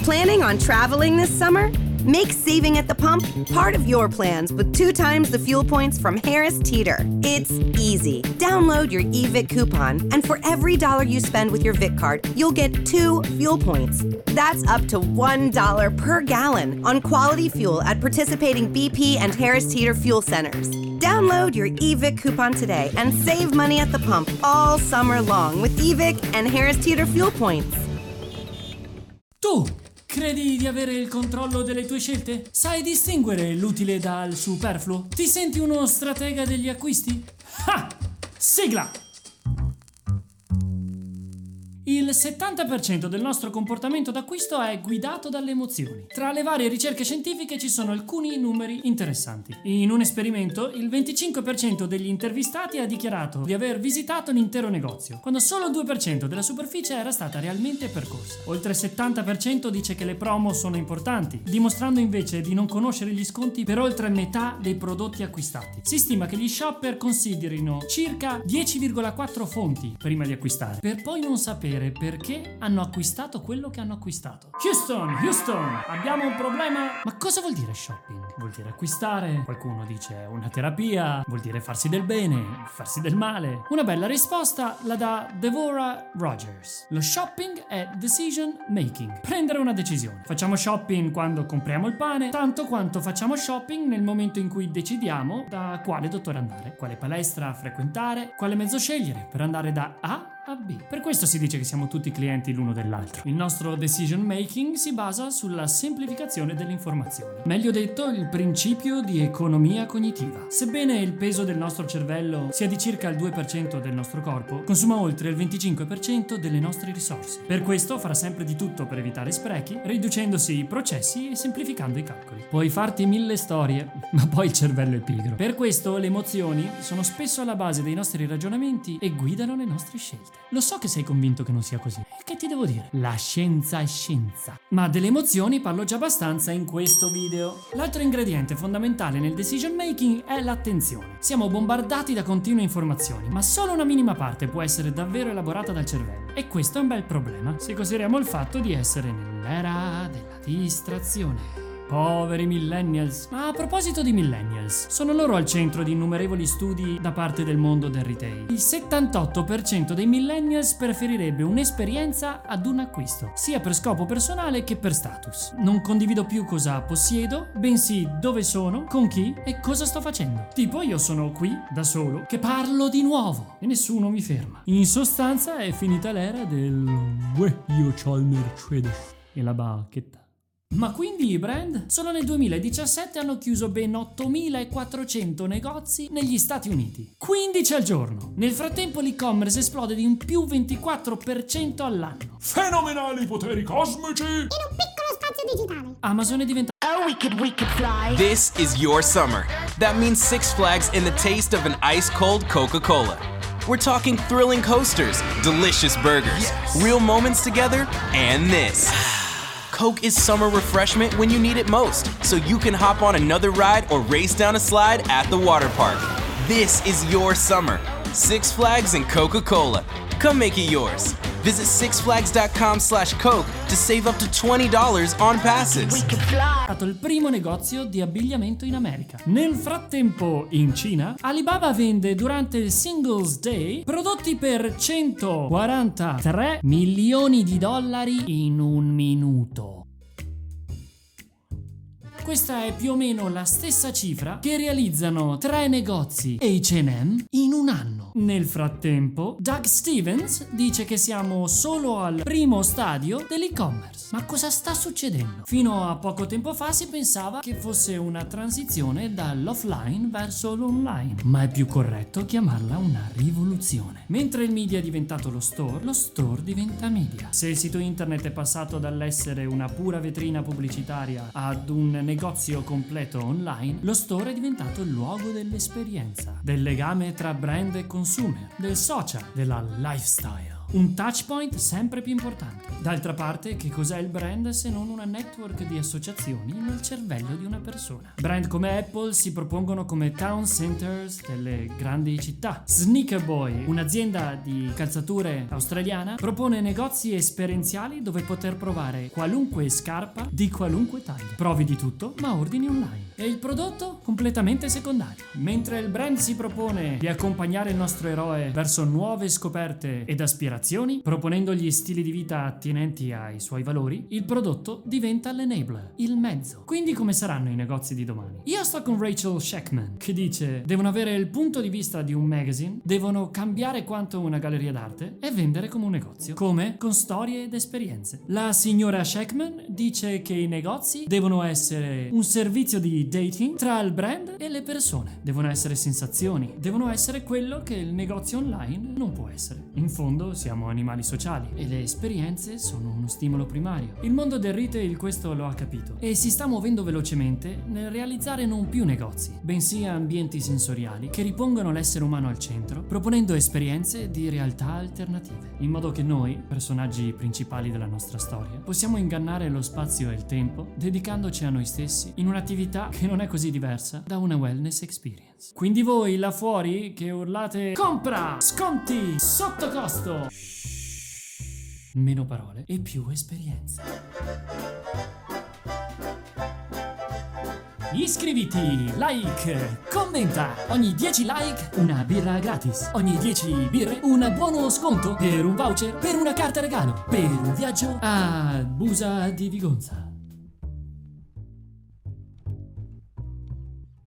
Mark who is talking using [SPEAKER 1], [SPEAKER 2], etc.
[SPEAKER 1] Planning on traveling this summer? Make saving at the pump part of your plans with 2 times the fuel points from Harris Teeter. It's easy. Download your eVic coupon, and for every $1 you spend with your Vic card, you'll get 2 fuel points. That's up to $1 per gallon on quality fuel at participating BP and Harris Teeter fuel centers. Download your eVic coupon today and save money at the pump all summer long with eVic and Harris Teeter fuel points.
[SPEAKER 2] Tu credi di avere il controllo delle tue scelte? Sai distinguere l'utile dal superfluo? Ti senti uno stratega degli acquisti? Sigla! Il 70% del nostro comportamento d'acquisto è guidato dalle emozioni. Tra le varie ricerche scientifiche ci sono alcuni numeri interessanti. In un esperimento, il 25% degli intervistati ha dichiarato di aver visitato un intero negozio, quando solo il 2% della superficie era stata realmente percorsa. Oltre il 70% dice che le promo sono importanti, dimostrando invece di non conoscere gli sconti per oltre metà dei prodotti acquistati. Si stima che gli shopper considerino circa 10,4 fonti prima di acquistare, per poi non sapere perché hanno acquistato quello che hanno acquistato. Houston, abbiamo un problema. Ma cosa vuol dire shopping? Vuol dire acquistare? Qualcuno dice una terapia, vuol dire farsi del bene, farsi del male. Una bella risposta la dà Deborah Rogers. Lo shopping è decision making, prendere una decisione. Facciamo shopping quando compriamo il pane, tanto quanto facciamo shopping nel momento in cui decidiamo da quale dottore andare, quale palestra frequentare, quale mezzo scegliere per andare da A a B. Per questo si dice che siamo tutti clienti l'uno dell'altro. Il nostro decision making si basa sulla semplificazione delle informazioni. Meglio detto, il principio di economia cognitiva. Sebbene il peso del nostro cervello sia di circa il 2% del nostro corpo, consuma oltre il 25% delle nostre risorse. Per questo farà sempre di tutto per evitare sprechi, riducendosi i processi e semplificando i calcoli. Puoi farti 1000 storie, ma poi il cervello è pigro. Per questo le emozioni sono spesso alla base dei nostri ragionamenti e guidano le nostre scelte. Lo so che sei convinto che non sia così. Che ti devo dire? La scienza è scienza. Ma delle emozioni parlo già abbastanza in questo video. L'altro ingrediente fondamentale nel decision making è l'attenzione. Siamo bombardati da continue informazioni, ma solo una minima parte può essere davvero elaborata dal cervello. E questo è un bel problema, se consideriamo il fatto di essere nell'era della distrazione. Poveri millennials. Ma a proposito di millennials, sono loro al centro di innumerevoli studi da parte del mondo del retail. Il 78% dei millennials preferirebbe un'esperienza ad un acquisto, sia per scopo personale che per status. Non condivido più cosa possiedo, bensì dove sono, con chi e cosa sto facendo. Tipo, io sono qui, da solo, che parlo di nuovo e nessuno mi ferma. In sostanza è finita l'era del io c'ho il Mercedes e la bacchetta. Ma quindi i brand? Solo nel 2017 hanno chiuso ben 8.400 negozi negli Stati Uniti. 15 al giorno. Nel frattempo l'e-commerce esplode di un più 24% all'anno.
[SPEAKER 3] Fenomenali poteri cosmici!
[SPEAKER 4] In un piccolo spazio digitale.
[SPEAKER 2] Amazon è diventato...
[SPEAKER 4] Oh, we could fly.
[SPEAKER 5] This is your summer. That means Six Flags and the taste of an ice-cold Coca-Cola. We're talking thrilling coasters, delicious burgers, real moments together, and this. Coke is summer refreshment when you need it most, so you can hop on another ride or race down a slide at the water park. This is your summer. Six Flags and Coca-Cola. Come make it yours. Visit sixflags.com/Coke to save up to $20 on passes.
[SPEAKER 2] È stato il primo negozio di abbigliamento in America. Nel frattempo, in Cina, Alibaba vende durante il Singles Day prodotti per $143 milioni in un minuto. Questa è più o meno la stessa cifra che realizzano 3 negozi H&M in un anno. Nel frattempo, Doug Stevens dice che siamo solo al primo stadio dell'e-commerce. Ma cosa sta succedendo? Fino a poco tempo fa si pensava che fosse una transizione dall'offline verso l'online, ma è più corretto chiamarla una rivoluzione. Mentre il media è diventato lo store diventa media. Se il sito internet è passato dall'essere una pura vetrina pubblicitaria ad un negozio completo online, lo store è diventato il luogo dell'esperienza, del legame tra brand e consumer, del social, della lifestyle. un touchpoint sempre più importante. D'altra parte, che cos'è il brand se non una network di associazioni nel cervello di una persona? Brand come Apple si propongono come town centers delle grandi città. Sneaker Boy, un'azienda di calzature australiana, propone negozi esperienziali dove poter provare qualunque scarpa di qualunque taglia. Provi di tutto, ma ordini online. E il prodotto? Completamente secondario. Mentre il brand si propone di accompagnare il nostro eroe verso nuove scoperte ed aspirazioni, proponendogli stili di vita attinenti ai suoi valori, il prodotto diventa l'enabler, il mezzo. Quindi come saranno i negozi di domani? Io sto con Rachel Sheckman, che dice: devono avere il punto di vista di un magazine, devono cambiare quanto una galleria d'arte e vendere come un negozio. Come? Con storie ed esperienze. La signora Sheckman dice che i negozi devono essere un servizio di dating tra il brand e le persone. Devono essere sensazioni, devono essere quello che il negozio online non può essere. In fondo siamo animali sociali e le esperienze sono uno stimolo primario. Il mondo del retail questo lo ha capito e si sta muovendo velocemente nel realizzare non più negozi, bensì ambienti sensoriali che ripongono l'essere umano al centro, proponendo esperienze di realtà alternative, in modo che noi, personaggi principali della nostra storia, possiamo ingannare lo spazio e il tempo dedicandoci a noi stessi in un'attività che non è così diversa da una wellness experience. Quindi voi là fuori che urlate compra, sconti, sotto costo, meno parole e più esperienza. Iscriviti, like, commenta. Ogni 10 like una birra gratis. Ogni 10 birre un buono sconto per un voucher, per una carta regalo, per un viaggio a Busa di Vigonza.